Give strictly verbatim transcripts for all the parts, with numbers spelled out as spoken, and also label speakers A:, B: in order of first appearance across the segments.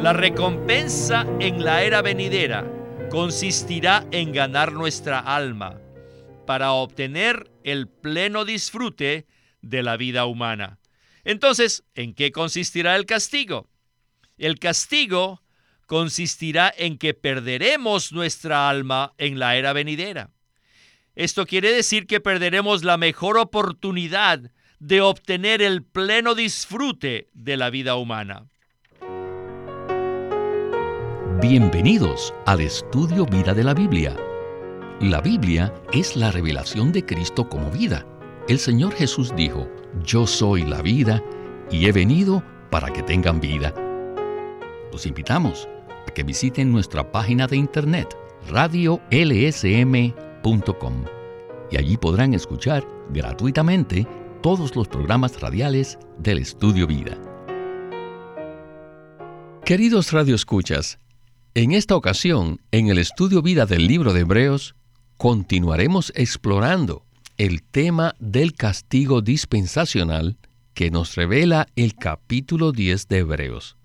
A: La recompensa en la era venidera consistirá en ganar nuestra alma para obtener el pleno disfrute de la vida humana. Entonces, ¿en qué consistirá el castigo? El castigo consistirá en que perderemos nuestra alma en la era venidera. Esto quiere decir que perderemos la mejor oportunidad de obtener el pleno disfrute de la vida humana.
B: Bienvenidos al Estudio Vida de la Biblia. La Biblia es la revelación de Cristo como vida. El Señor Jesús dijo: Yo soy la vida y he venido para que tengan vida. Los invitamos a que visiten nuestra página de internet radio l s m punto com y allí podrán escuchar gratuitamente todos los programas radiales del Estudio Vida. Queridos radioescuchas, en esta ocasión, en el Estudio Vida del libro de Hebreos, continuaremos explorando el tema del castigo dispensacional que nos revela el capítulo diez de Hebreos.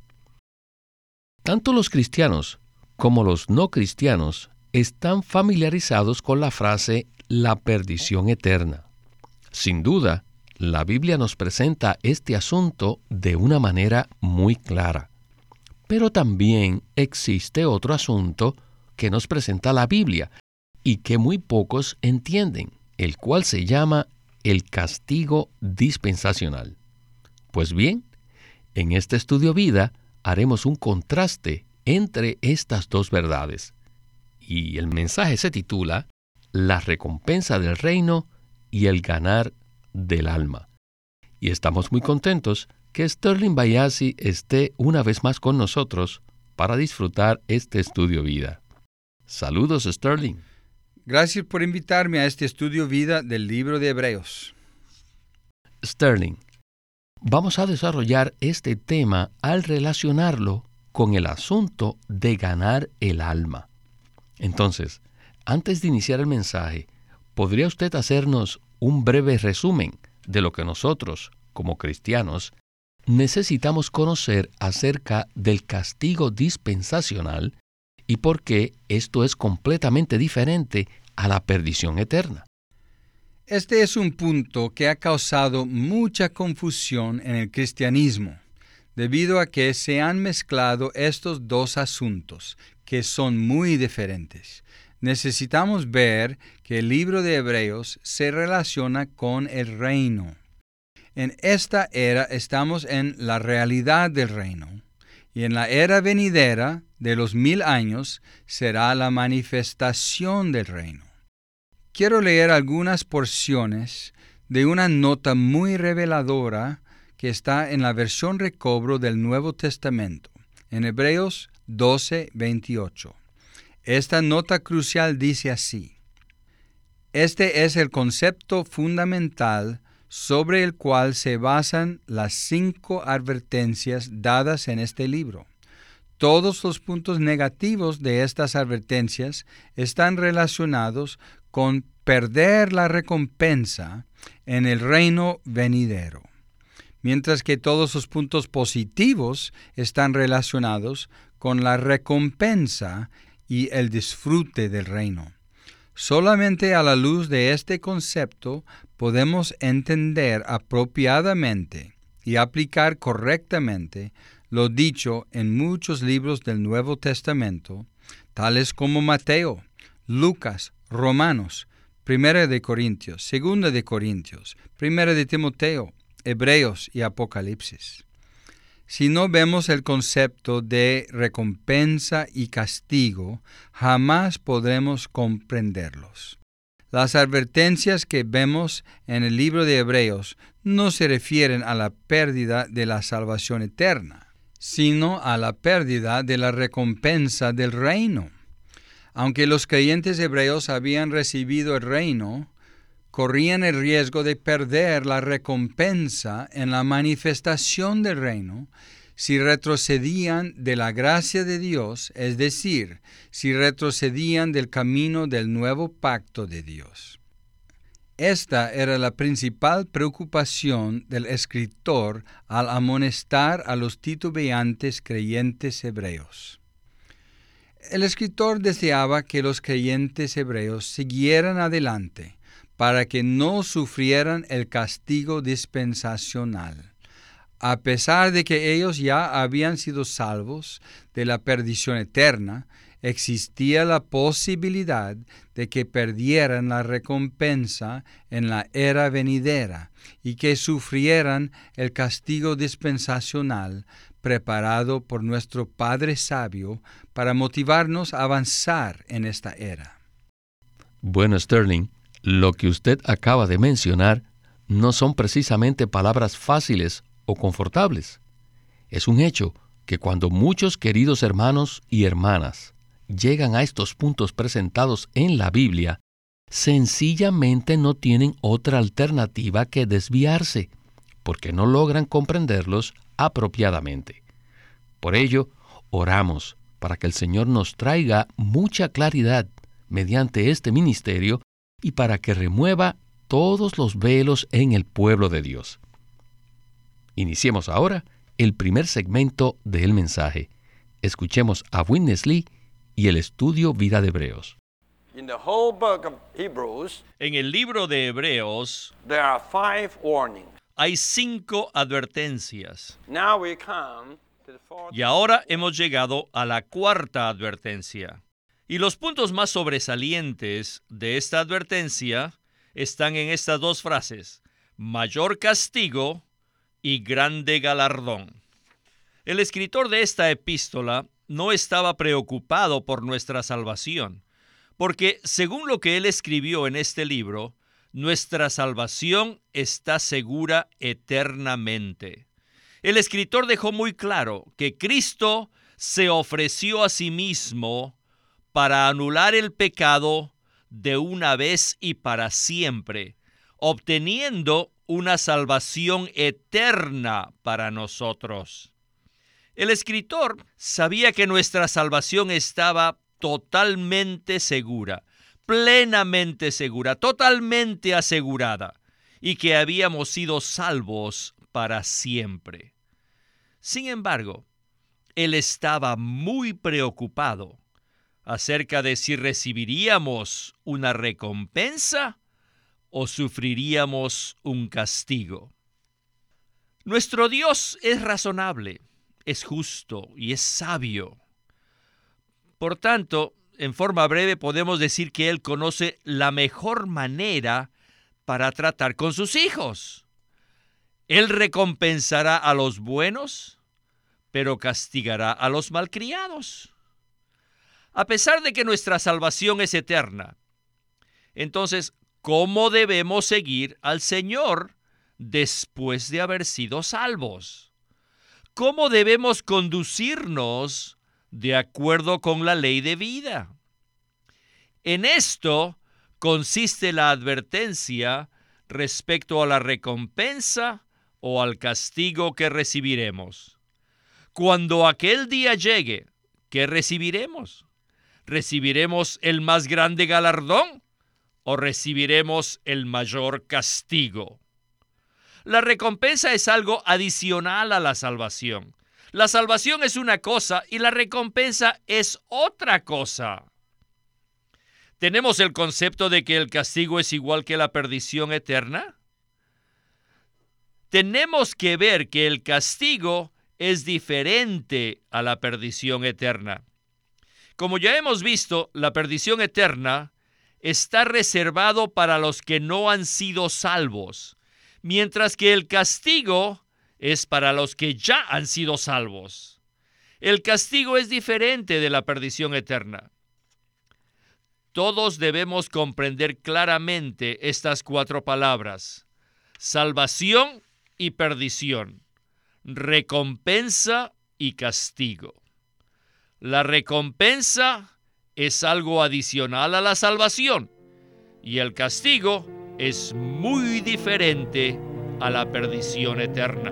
B: Tanto los cristianos como los no cristianos están familiarizados con la frase la perdición eterna. Sin duda, la Biblia nos presenta este asunto de una manera muy clara. Pero también existe otro asunto que nos presenta la Biblia y que muy pocos entienden, el cual se llama el castigo dispensacional. Pues bien, en este estudio vida haremos un contraste entre estas dos verdades. Y el mensaje se titula La recompensa del reino y el ganar del alma. Y estamos muy contentos que Sterling Bayasi esté una vez más con nosotros para disfrutar este estudio vida. Saludos, Sterling.
C: Gracias por invitarme a este estudio vida del libro de Hebreos.
B: Sterling, vamos a desarrollar este tema al relacionarlo con el asunto de ganar el alma. Entonces, antes de iniciar el mensaje, ¿podría usted hacernos un breve resumen de lo que nosotros, como cristianos, necesitamos conocer acerca del castigo dispensacional y por qué esto es completamente diferente a la perdición eterna?
C: Este es un punto que ha causado mucha confusión en el cristianismo, debido a que se han mezclado estos dos asuntos, que son muy diferentes. Necesitamos ver que el libro de Hebreos se relaciona con el reino. En esta era estamos en la realidad del reino, y en la era venidera de los mil años será la manifestación del reino. Quiero leer algunas porciones de una nota muy reveladora que está en la versión recobro del Nuevo Testamento, en Hebreos doce, veintiocho. Esta nota crucial dice así: Este es el concepto fundamental sobre el cual se basan las cinco advertencias dadas en este libro. Todos los puntos negativos de estas advertencias están relacionados con perder la recompensa en el reino venidero, mientras que todos los puntos positivos están relacionados con la recompensa y el disfrute del reino. Solamente a la luz de este concepto podemos entender apropiadamente y aplicar correctamente lo dicho en muchos libros del Nuevo Testamento, tales como Mateo, Lucas, Romanos, Primera de Corintios, Segunda de Corintios, Primera de Timoteo, Hebreos y Apocalipsis. Si no vemos el concepto de recompensa y castigo, jamás podremos comprenderlos. Las advertencias que vemos en el libro de Hebreos no se refieren a la pérdida de la salvación eterna, sino a la pérdida de la recompensa del reino. Aunque los creyentes hebreos habían recibido el reino, corrían el riesgo de perder la recompensa en la manifestación del reino si retrocedían de la gracia de Dios, es decir, si retrocedían del camino del nuevo pacto de Dios. Esta era la principal preocupación del escritor al amonestar a los titubeantes creyentes hebreos. El escritor deseaba que los creyentes hebreos siguieran adelante para que no sufrieran el castigo dispensacional. A pesar de que ellos ya habían sido salvos de la perdición eterna, existía la posibilidad de que perdieran la recompensa en la era venidera y que sufrieran el castigo dispensacional preparado por nuestro Padre Sabio para motivarnos a avanzar en esta era.
B: Bueno, Sterling, lo que usted acaba de mencionar no son precisamente palabras fáciles o confortables. Es un hecho que cuando muchos queridos hermanos y hermanas llegan a estos puntos presentados en la Biblia, sencillamente no tienen otra alternativa que desviarse, porque no logran comprenderlos apropiadamente. Por ello, oramos para que el Señor nos traiga mucha claridad mediante este ministerio y para que remueva todos los velos en el pueblo de Dios. Iniciemos ahora el primer segmento del mensaje. Escuchemos a Witness Lee y el estudio Vida de Hebreos.
D: In the whole book of Hebrews,
A: En el libro de Hebreos
D: there are five warnings.
A: hay cinco advertencias.
D: Now we come to the fourth.
A: Y ahora hemos llegado a la cuarta advertencia. Y los puntos más sobresalientes de esta advertencia están en estas dos frases: mayor castigo y grande galardón. El escritor de esta epístola no estaba preocupado por nuestra salvación, porque según lo que él escribió en este libro, nuestra salvación está segura eternamente. El escritor dejó muy claro que Cristo se ofreció a sí mismo para anular el pecado de una vez y para siempre, obteniendo una salvación eterna para nosotros. El escritor sabía que nuestra salvación estaba totalmente segura, plenamente segura, totalmente asegurada, y que habíamos sido salvos para siempre. Sin embargo, él estaba muy preocupado acerca de si recibiríamos una recompensa o sufriríamos un castigo. Nuestro Dios es razonable, es justo y es sabio. Por tanto, en forma breve podemos decir que Él conoce la mejor manera para tratar con sus hijos. Él recompensará a los buenos, pero castigará a los malcriados. A pesar de que nuestra salvación es eterna, entonces, ¿cómo debemos seguir al Señor después de haber sido salvos? ¿Cómo debemos conducirnos de acuerdo con la ley de vida? En esto consiste la advertencia respecto a la recompensa o al castigo que recibiremos. Cuando aquel día llegue, ¿qué recibiremos? ¿Recibiremos el más grande galardón o recibiremos el mayor castigo? La recompensa es algo adicional a la salvación. La salvación es una cosa y la recompensa es otra cosa. ¿Tenemos el concepto de que el castigo es igual que la perdición eterna? Tenemos que ver que el castigo es diferente a la perdición eterna. Como ya hemos visto, la perdición eterna está reservado para los que no han sido salvos, mientras que el castigo es para los que ya han sido salvos. El castigo es diferente de la perdición eterna. Todos debemos comprender claramente estas cuatro palabras: salvación y perdición, recompensa y castigo. La recompensa es algo adicional a la salvación y el castigo es muy diferente a la perdición eterna.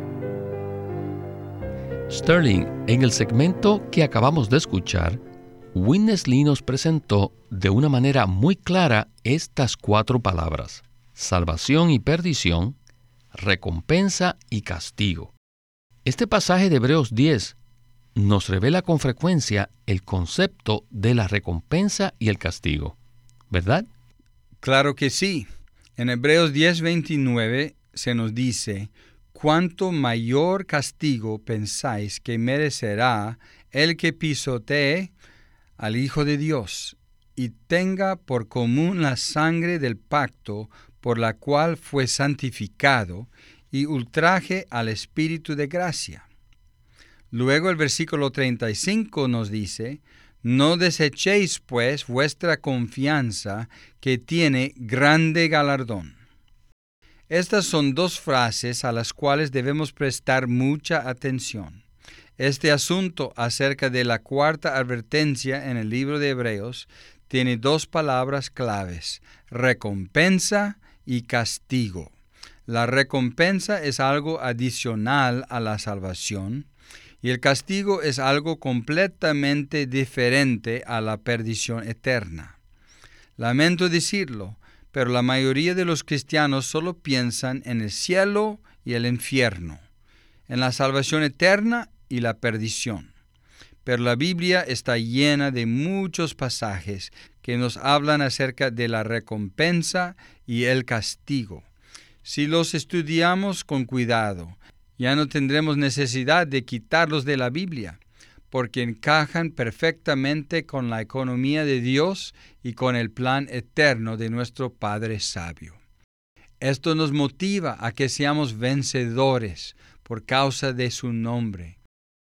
B: Sterling, en el segmento que acabamos de escuchar, Witness Lee nos presentó de una manera muy clara estas cuatro palabras: salvación y perdición, recompensa y castigo. Este pasaje de Hebreos diez nos revela con frecuencia el concepto de la recompensa y el castigo, ¿verdad?
C: Claro que sí. En Hebreos diez veintinueve se nos dice: ¿cuánto mayor castigo pensáis que merecerá el que pisotee al Hijo de Dios y tenga por común la sangre del pacto por la cual fue santificado y ultraje al Espíritu de gracia? Luego el versículo treinta y cinco nos dice: no desechéis pues vuestra confianza, que tiene grande galardón. Estas son dos frases a las cuales debemos prestar mucha atención. Este asunto acerca de la cuarta advertencia en el libro de Hebreos tiene dos palabras claves: recompensa y castigo. La recompensa es algo adicional a la salvación, y el castigo es algo completamente diferente a la perdición eterna. Lamento decirlo, pero la mayoría de los cristianos solo piensan en el cielo y el infierno, en la salvación eterna y la perdición. Pero la Biblia está llena de muchos pasajes que nos hablan acerca de la recompensa y el castigo. Si los estudiamos con cuidado, ya no tendremos necesidad de quitarlos de la Biblia, porque encajan perfectamente con la economía de Dios y con el plan eterno de nuestro Padre sabio. Esto nos motiva a que seamos vencedores por causa de su nombre.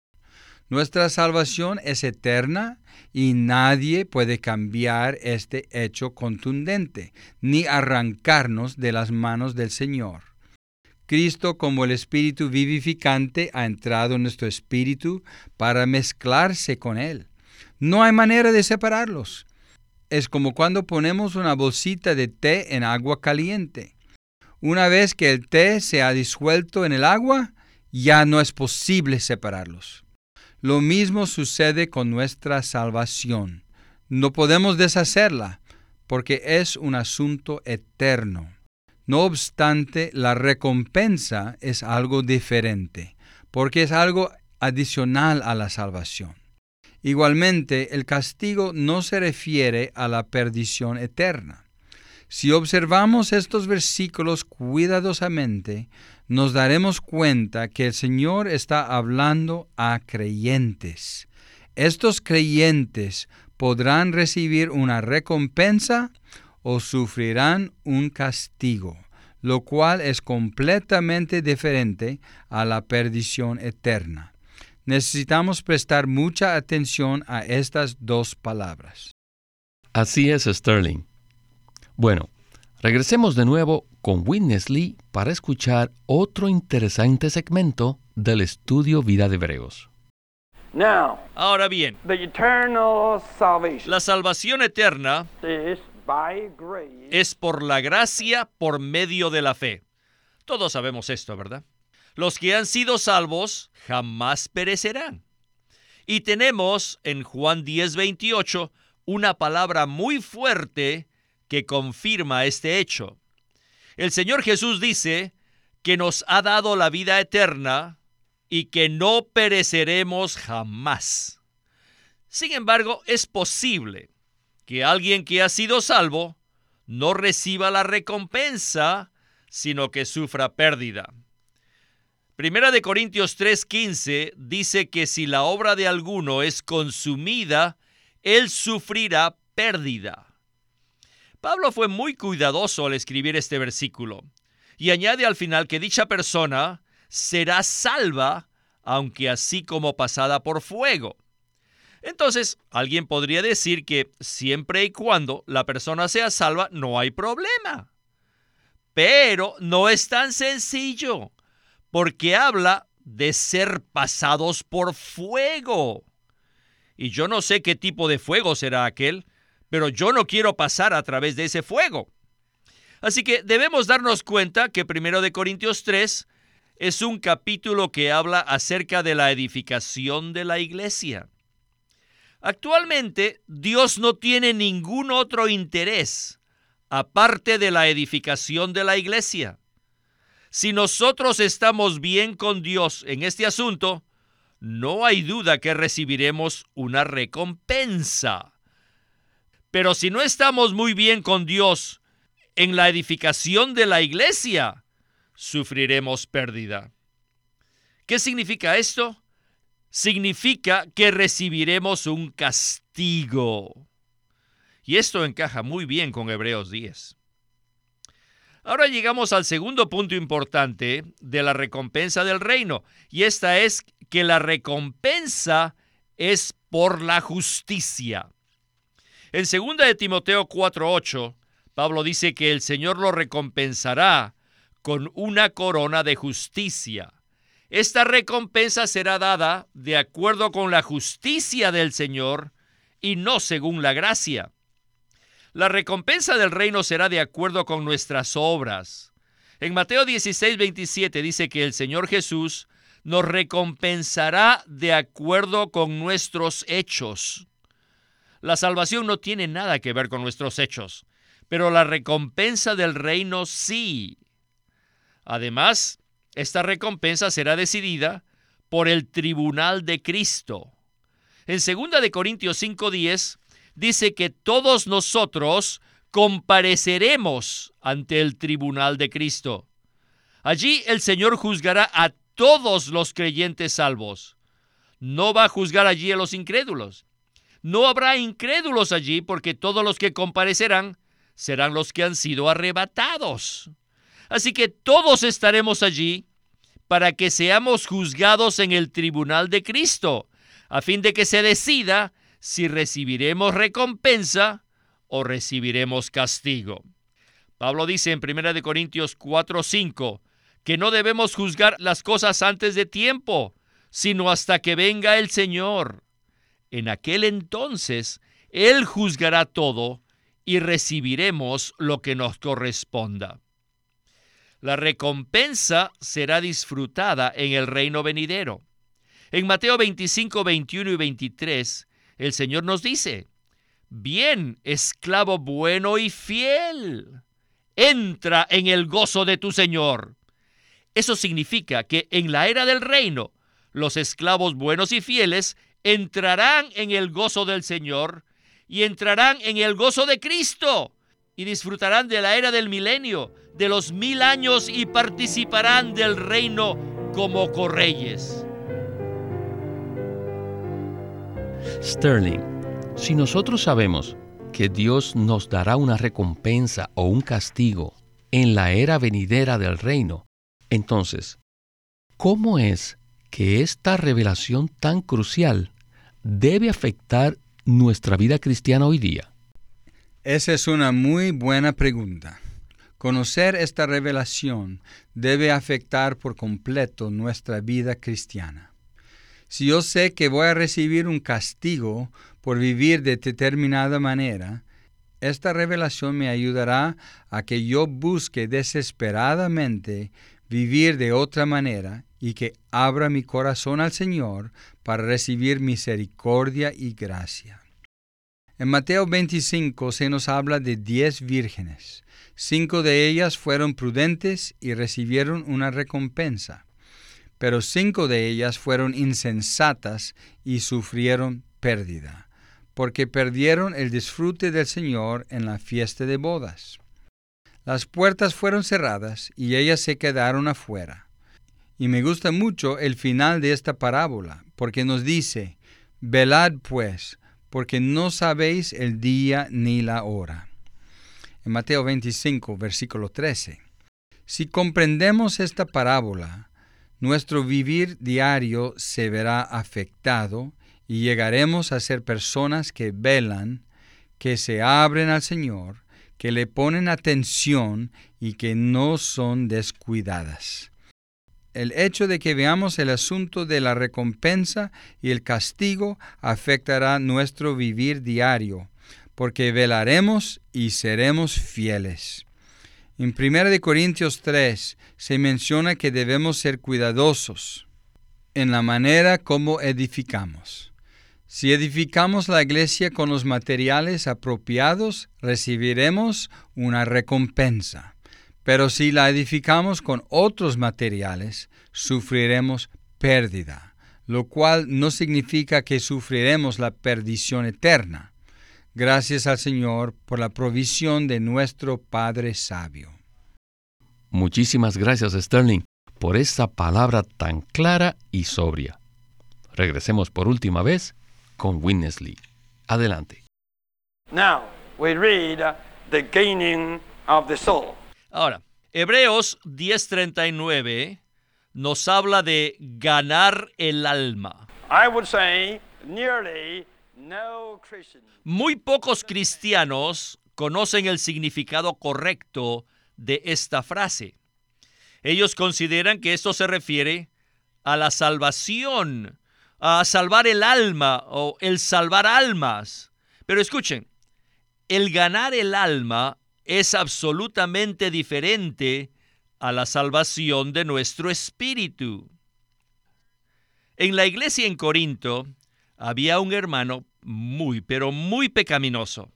C: Nuestra salvación es eterna y nadie puede cambiar este hecho contundente, ni arrancarnos de las manos del Señor. Cristo, como el Espíritu vivificante, ha entrado en nuestro espíritu para mezclarse con Él. No hay manera de separarlos. Es como cuando ponemos una bolsita de té en agua caliente. Una vez que el té se ha disuelto en el agua, ya no es posible separarlos. Lo mismo sucede con nuestra salvación. No podemos deshacerla, porque es un asunto eterno. No obstante, la recompensa es algo diferente, porque es algo adicional a la salvación. Igualmente, el castigo no se refiere a la perdición eterna. Si observamos estos versículos cuidadosamente, nos daremos cuenta que el Señor está hablando a creyentes. Estos creyentes podrán recibir una recompensa o sufrirán un castigo, lo cual es completamente diferente a la perdición eterna. Necesitamos prestar mucha atención a estas dos palabras.
B: Así es, Sterling. Bueno, regresemos de nuevo con Witness Lee para escuchar otro interesante segmento del estudio Vida de Hebreos.
D: Now,
A: Ahora bien,
D: the eternal salvation
A: la salvación eterna
D: is by grace.
A: es por la gracia por medio de la fe. Todos sabemos esto, ¿verdad? Los que han sido salvos jamás perecerán. Y tenemos en Juan diez veintiocho una palabra muy fuerte que confirma este hecho. El Señor Jesús dice que nos ha dado la vida eterna y que no pereceremos jamás. Sin embargo, es posible que alguien que ha sido salvo no reciba la recompensa, sino que sufra pérdida. Primera de Corintios tres quince dice que si la obra de alguno es consumida, él sufrirá pérdida. Pablo fue muy cuidadoso al escribir este versículo y añade al final que dicha persona será salva, aunque así como pasada por fuego. Entonces, alguien podría decir que siempre y cuando la persona sea salva, no hay problema. Pero no es tan sencillo, porque habla de ser pasados por fuego. Y yo no sé qué tipo de fuego será aquel, pero yo no quiero pasar a través de ese fuego. Así que debemos darnos cuenta que Primera de Corintios tres es un capítulo que habla acerca de la edificación de la iglesia. Actualmente, Dios no tiene ningún otro interés aparte de la edificación de la iglesia. Si nosotros estamos bien con Dios en este asunto, no hay duda que recibiremos una recompensa. Pero si no estamos muy bien con Dios en la edificación de la iglesia, sufriremos pérdida. ¿Qué significa esto? Significa que recibiremos un castigo. Y esto encaja muy bien con Hebreos diez. Ahora llegamos al segundo punto importante de la recompensa del reino, y esta es que la recompensa es por la justicia. En segunda de Timoteo cuatro ocho, Pablo dice que el Señor lo recompensará con una corona de justicia. Esta recompensa será dada de acuerdo con la justicia del Señor y no según la gracia. La recompensa del reino será de acuerdo con nuestras obras. En Mateo dieciséis veintisiete dice que el Señor Jesús nos recompensará de acuerdo con nuestros hechos. La salvación no tiene nada que ver con nuestros hechos, pero la recompensa del reino sí. Además, esta recompensa será decidida por el tribunal de Cristo. En segunda de Corintios cinco diez dice que todos nosotros compareceremos ante el tribunal de Cristo. Allí el Señor juzgará a todos los creyentes salvos. No va a juzgar allí a los incrédulos. No habrá incrédulos allí porque todos los que comparecerán serán los que han sido arrebatados. Así que todos estaremos allí para que seamos juzgados en el tribunal de Cristo, a fin de que se decida si recibiremos recompensa o recibiremos castigo. Pablo dice en primera de Corintios cuatro cinco que no debemos juzgar las cosas antes de tiempo, sino hasta que venga el Señor. En aquel entonces, Él juzgará todo y recibiremos lo que nos corresponda. La recompensa será disfrutada en el reino venidero. En Mateo veinticinco, veintiuno y veintitrés, el Señor nos dice: bien, esclavo bueno y fiel, entra en el gozo de tu Señor. Eso significa que en la era del reino, los esclavos buenos y fieles entrarán en el gozo del Señor y entrarán en el gozo de Cristo y disfrutarán de la era del milenio, de los mil años, y participarán del reino como correyes.
B: Sterling, si nosotros sabemos que Dios nos dará una recompensa o un castigo en la era venidera del reino, entonces, ¿cómo es que esta revelación tan crucial debe afectar nuestra vida cristiana hoy día?
C: Esa es una muy buena pregunta. Conocer esta revelación debe afectar por completo nuestra vida cristiana. Si yo sé que voy a recibir un castigo por vivir de determinada manera, esta revelación me ayudará a que yo busque desesperadamente vivir de otra manera y que abra mi corazón al Señor para recibir misericordia y gracia. En Mateo veinticinco se nos habla de diez vírgenes. Cinco de ellas fueron prudentes y recibieron una recompensa, pero cinco de ellas fueron insensatas y sufrieron pérdida, porque perdieron el disfrute del Señor en la fiesta de bodas. Las puertas fueron cerradas y ellas se quedaron afuera. Y me gusta mucho el final de esta parábola, porque nos dice: velad pues, porque no sabéis el día ni la hora. En Mateo veinticinco, versículo trece. Si comprendemos esta parábola, nuestro vivir diario se verá afectado y llegaremos a ser personas que velan, que se abren al Señor, que le ponen atención y que no son descuidadas. El hecho de que veamos el asunto de la recompensa y el castigo afectará nuestro vivir diario, porque velaremos y seremos fieles. En primera de Corintios tres se menciona que debemos ser cuidadosos en la manera como edificamos. Si edificamos la iglesia con los materiales apropiados, recibiremos una recompensa. Pero si la edificamos con otros materiales, sufriremos pérdida, lo cual no significa que sufriremos la perdición eterna. Gracias al Señor por la provisión de nuestro Padre sabio.
B: Muchísimas gracias, Sterling, por esa palabra tan clara y sobria. Regresemos por última vez con Witness Lee. Adelante.
D: Now, we read uh, the gaining of the soul.
A: Ahora, Hebreos diez treinta y nueve nos habla de ganar el alma.
D: I would say nearly no Christian.
A: Muy pocos cristianos conocen el significado correcto de esta frase. Ellos consideran que esto se refiere a la salvación, a salvar el alma o el salvar almas. Pero escuchen, el ganar el alma es absolutamente diferente a la salvación de nuestro espíritu. En la iglesia en Corinto había un hermano muy, pero muy pecaminoso.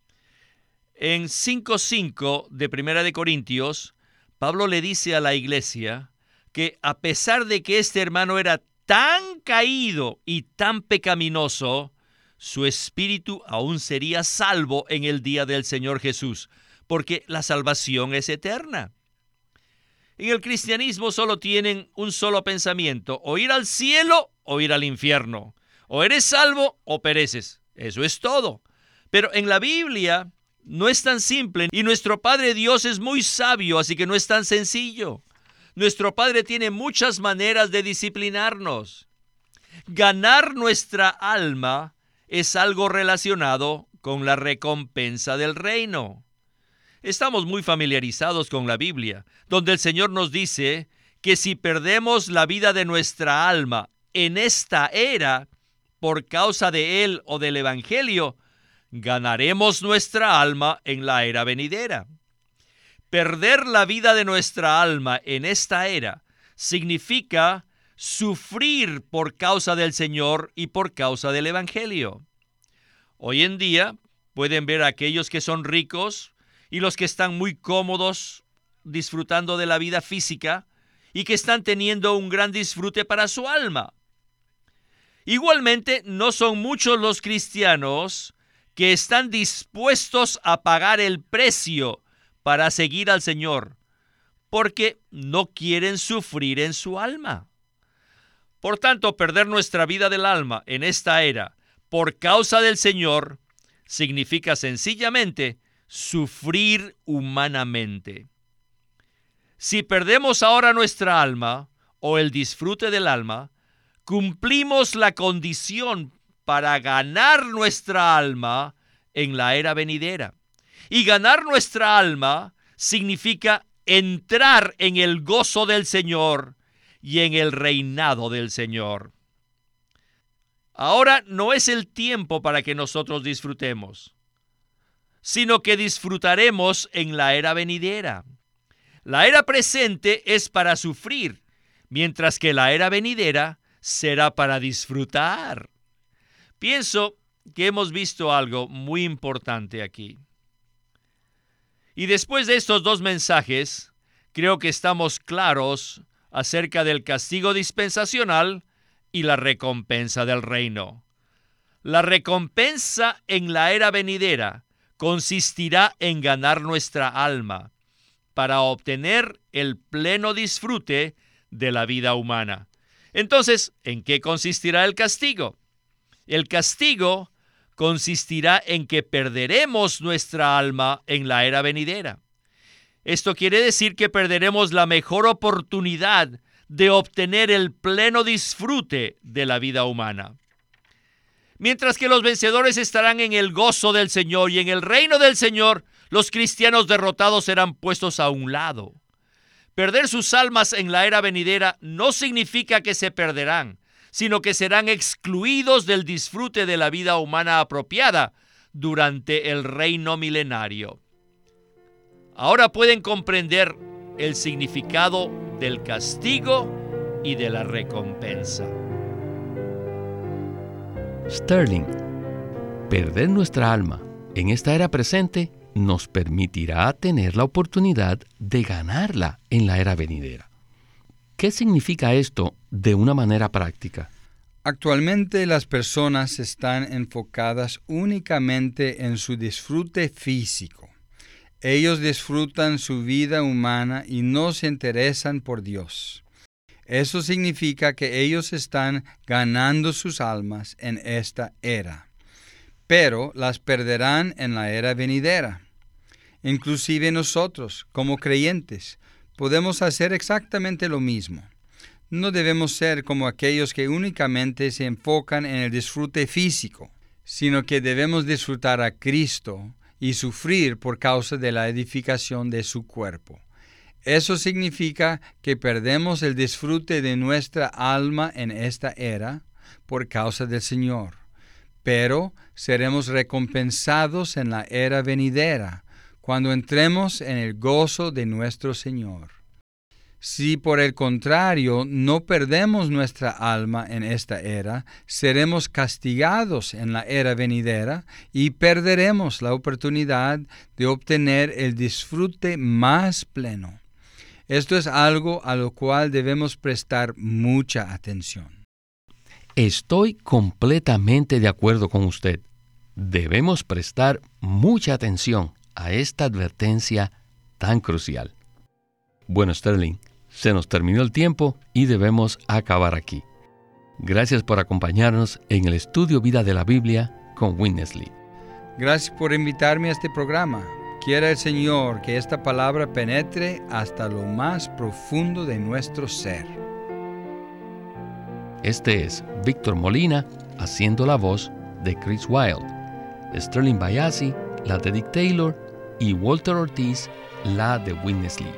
A: En cinco cinco de Primera de Corintios, Pablo le dice a la iglesia que a pesar de que este hermano era tan caído y tan pecaminoso, su espíritu aún sería salvo en el día del Señor Jesús, porque la salvación es eterna. En el cristianismo solo tienen un solo pensamiento: o ir al cielo o ir al infierno. O eres salvo o pereces. Eso es todo. Pero en la Biblia no es tan simple, y nuestro Padre Dios es muy sabio, así que no es tan sencillo. Nuestro Padre tiene muchas maneras de disciplinarnos. Ganar nuestra alma es algo relacionado con la recompensa del reino. Estamos muy familiarizados con la Biblia, donde el Señor nos dice que si perdemos la vida de nuestra alma en esta era, por causa de Él o del Evangelio, ganaremos nuestra alma en la era venidera. Perder la vida de nuestra alma en esta era significa sufrir por causa del Señor y por causa del Evangelio. Hoy en día pueden ver a aquellos que son ricos y los que están muy cómodos disfrutando de la vida física y que están teniendo un gran disfrute para su alma. Igualmente, no son muchos los cristianos que están dispuestos a pagar el precio para seguir al Señor, porque no quieren sufrir en su alma. Por tanto, perder nuestra vida del alma en esta era por causa del Señor significa sencillamente sufrir humanamente. Si perdemos ahora nuestra alma o el disfrute del alma, cumplimos la condición para ganar nuestra alma en la era venidera. Y ganar nuestra alma significa entrar en el gozo del Señor y en el reinado del Señor. Ahora no es el tiempo para que nosotros disfrutemos, sino que disfrutaremos en la era venidera. La era presente es para sufrir, mientras que la era venidera será para disfrutar. Pienso que hemos visto algo muy importante aquí. Y después de estos dos mensajes, creo que estamos claros acerca del castigo dispensacional y la recompensa del reino. La recompensa en la era venidera consistirá en ganar nuestra alma para obtener el pleno disfrute de la vida humana. Entonces, ¿en qué consistirá el castigo? El castigo consistirá en que perderemos nuestra alma en la era venidera. Esto quiere decir que perderemos la mejor oportunidad de obtener el pleno disfrute de la vida humana. Mientras que los vencedores estarán en el gozo del Señor y en el reino del Señor, los cristianos derrotados serán puestos a un lado. Perder sus almas en la era venidera no significa que se perderán, sino que serán excluidos del disfrute de la vida humana apropiada durante el reino milenario. Ahora pueden comprender el significado del castigo y de la recompensa.
B: Sterling, perder nuestra alma en esta era presente nos permitirá tener la oportunidad de ganarla en la era venidera. ¿Qué significa esto de una manera práctica?
C: Actualmente las personas están enfocadas únicamente en su disfrute físico. Ellos disfrutan su vida humana y no se interesan por Dios. Eso significa que ellos están ganando sus almas en esta era, pero las perderán en la era venidera. Inclusive nosotros, como creyentes, podemos hacer exactamente lo mismo. No debemos ser como aquellos que únicamente se enfocan en el disfrute físico, sino que debemos disfrutar a Cristo y sufrir por causa de la edificación de su cuerpo. Eso significa que perdemos el disfrute de nuestra alma en esta era por causa del Señor, pero seremos recompensados en la era venidera, cuando entremos en el gozo de nuestro Señor. Si por el contrario no perdemos nuestra alma en esta era, seremos castigados en la era venidera y perderemos la oportunidad de obtener el disfrute más pleno. Esto es algo a lo cual debemos prestar mucha atención.
B: Estoy completamente de acuerdo con usted. Debemos prestar mucha atención a esta advertencia tan crucial. Bueno, Sterling, se nos terminó el tiempo y debemos acabar aquí. Gracias por acompañarnos en el estudio Vida de la Biblia con Witness Lee.
C: Gracias por invitarme a este programa. Quiera el Señor que esta palabra penetre hasta lo más profundo de nuestro ser.
B: Este es Víctor Molina haciendo la voz de Chris Wilde, Sterling Bayasi, la de Dick Taylor, y Walter Ortiz, la de Witness Lee.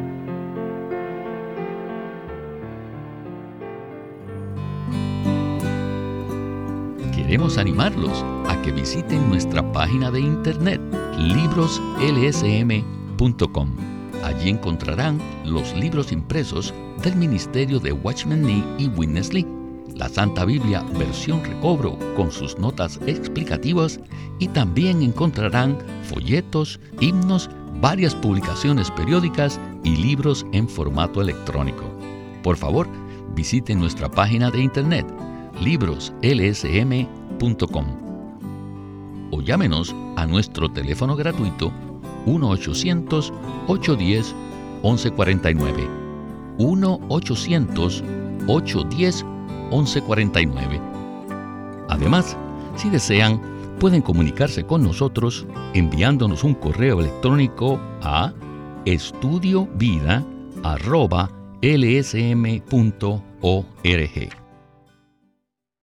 B: Queremos animarlos a que visiten nuestra página de internet libros l s m punto com. Allí encontrarán los libros impresos del Ministerio de Watchman Nee y Witness Lee, la Santa Biblia versión recobro con sus notas explicativas, y también encontrarán folletos, himnos, varias publicaciones periódicas y libros en formato electrónico. Por favor, visiten nuestra página de internet libros l s m punto com o llámenos a nuestro teléfono gratuito uno ochocientos, ochocientos diez, once cuarenta y nueve, uno ochocientos, ochocientos diez, once cuarenta y nueve. Además, si desean, pueden comunicarse con nosotros enviándonos un correo electrónico a estudiovida arroba l s m punto org.